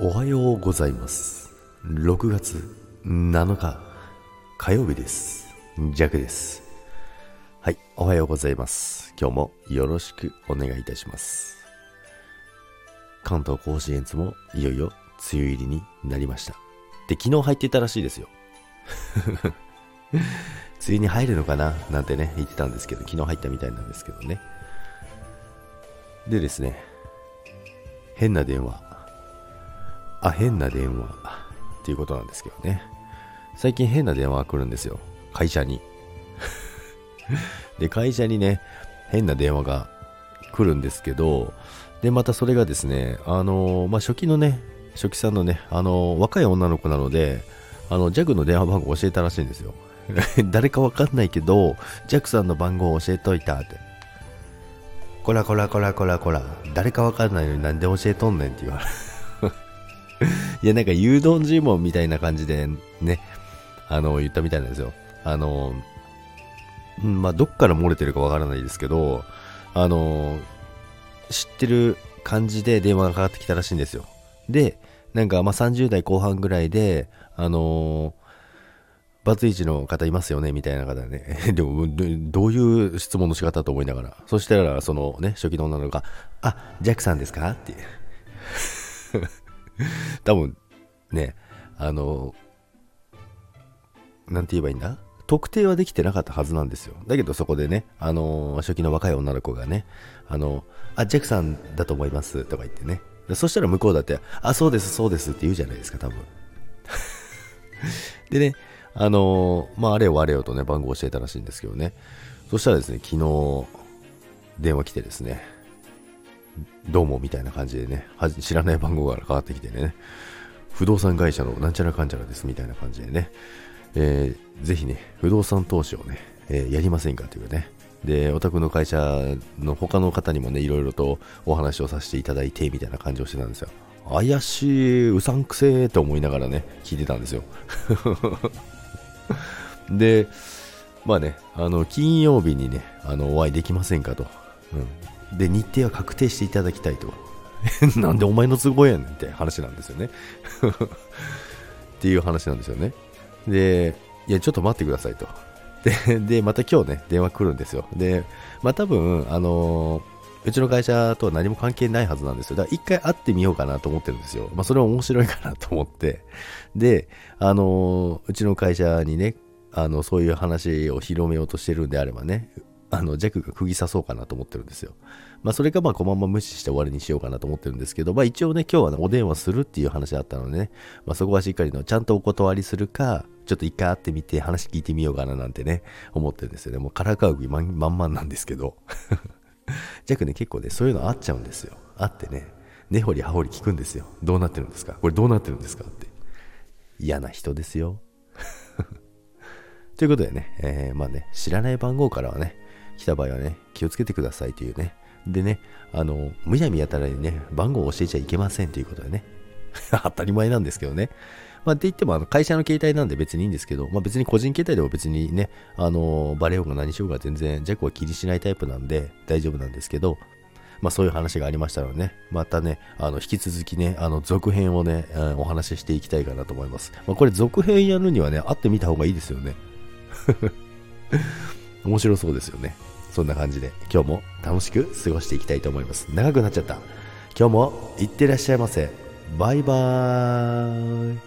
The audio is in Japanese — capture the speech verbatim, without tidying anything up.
おはようございます。ろくがつなのか火曜日です。ジャクです。はい、おはようございます。今日もよろしくお願いいたします。関東甲信越もいよいよ梅雨入りになりました。で、昨日入ってたらしいですよ。梅雨に入るのかななんてね言ってたんですけど、昨日入ったみたいなんですけどね。でですね、変な電話あ変な電話っていうことなんですけどね。最近変な電話が来るんですよ、会社に。で、会社にね変な電話が来るんですけど、でまたそれがですね、あのー、まあ初期のね初期さんのね、あのー、若い女の子なので、あのジャクの電話番号教えたらしいんですよ。誰かわかんないけどジャクさんの番号教えといたって。こらこらこらこらこら、誰かわかんないのになんで教えとんねんって言われる。いや、なんか誘導尋問みたいな感じでね、あの言ったみたいなんですよ。あのまあどっから漏れてるかわからないですけど、あの知ってる感じで電話がかかってきたらしいんですよ。で、なんかまあさんじゅう代後半ぐらいで、あのバツイチの方いますよねみたいな方ね。でもどういう質問の仕方と思いながら、そしたらそのね初期の女の子が、あ、ジャックさんですかって多分ね、あのなんて言えばいいんだ、特定はできてなかったはずなんですよ。だけどそこでね、あの初期の若い女の子がね、あのあジャックさんだと思いますとか言ってね、そしたら向こうだって、あ、そうですそうですって言うじゃないですか、多分。でね、あのまああれよあれよとね番号を教えたらしいんですけどね。そしたらですね、昨日電話来てですね、どうもみたいな感じでね、知らない番号からかかってきてね、不動産会社のなんちゃらかんちゃらですみたいな感じでね、えー、ぜひね不動産投資をね、えー、やりませんかというね。で、お宅の会社の他の方にもねいろいろとお話をさせていただいてみたいな感じをしてたんですよ。怪しい、うさんくせーと思いながらね聞いてたんですよ。で、まあね、あの金曜日にねあのお会いできませんかと、うん、で日程は確定していただきたいと。なんでお前の都合やねんって話なんですよね。っていう話なんですよね。で、いやちょっと待ってくださいと。で、でまた今日ね電話来るんですよ。で、まあ多分あのー、うちの会社とは何も関係ないはずなんですよ。だから一回会ってみようかなと思ってるんですよ。まあそれは面白いかなと思って。で、あのー、うちの会社にね、あのそういう話を広めようとしてるんであればね、あのジャックが釘刺そうかなと思ってるんですよ。まあそれかまあこのまま無視して終わりにしようかなと思ってるんですけど、まあ一応ね今日はねお電話するっていう話だったのでね、まあそこはしっかりのちゃんとお断りするか、ちょっと一回会ってみて話聞いてみようかななんてね思ってるんですよね。もうからかう気満々なんですけど。ジャックね結構ねそういうのあっちゃうんですよ。あってね、根掘り葉掘り聞くんですよ。どうなってるんですか、これどうなってるんですかって。嫌な人ですよ。ということでね、えー、まあね知らない番号からはね来た場合はね気をつけてくださいというね。でね、あのむやみやたらにね番号を教えちゃいけませんということでね。当たり前なんですけどね。まあって言ってもあの会社の携帯なんで別にいいんですけど、まあ別に個人携帯でも別にね、あのバレようが何しようが全然ジャックは気にしないタイプなんで大丈夫なんですけど、まあそういう話がありましたのでね、またね、あの引き続きね、あの続編をね、お話ししていきたいかなと思います。まあこれ続編やるにはね、会ってみた方がいいですよね。面白そうですよね。そんな感じで今日も楽しく過ごしていきたいと思います。長くなっちゃった。今日もいってらっしゃいませ。バイバーイ。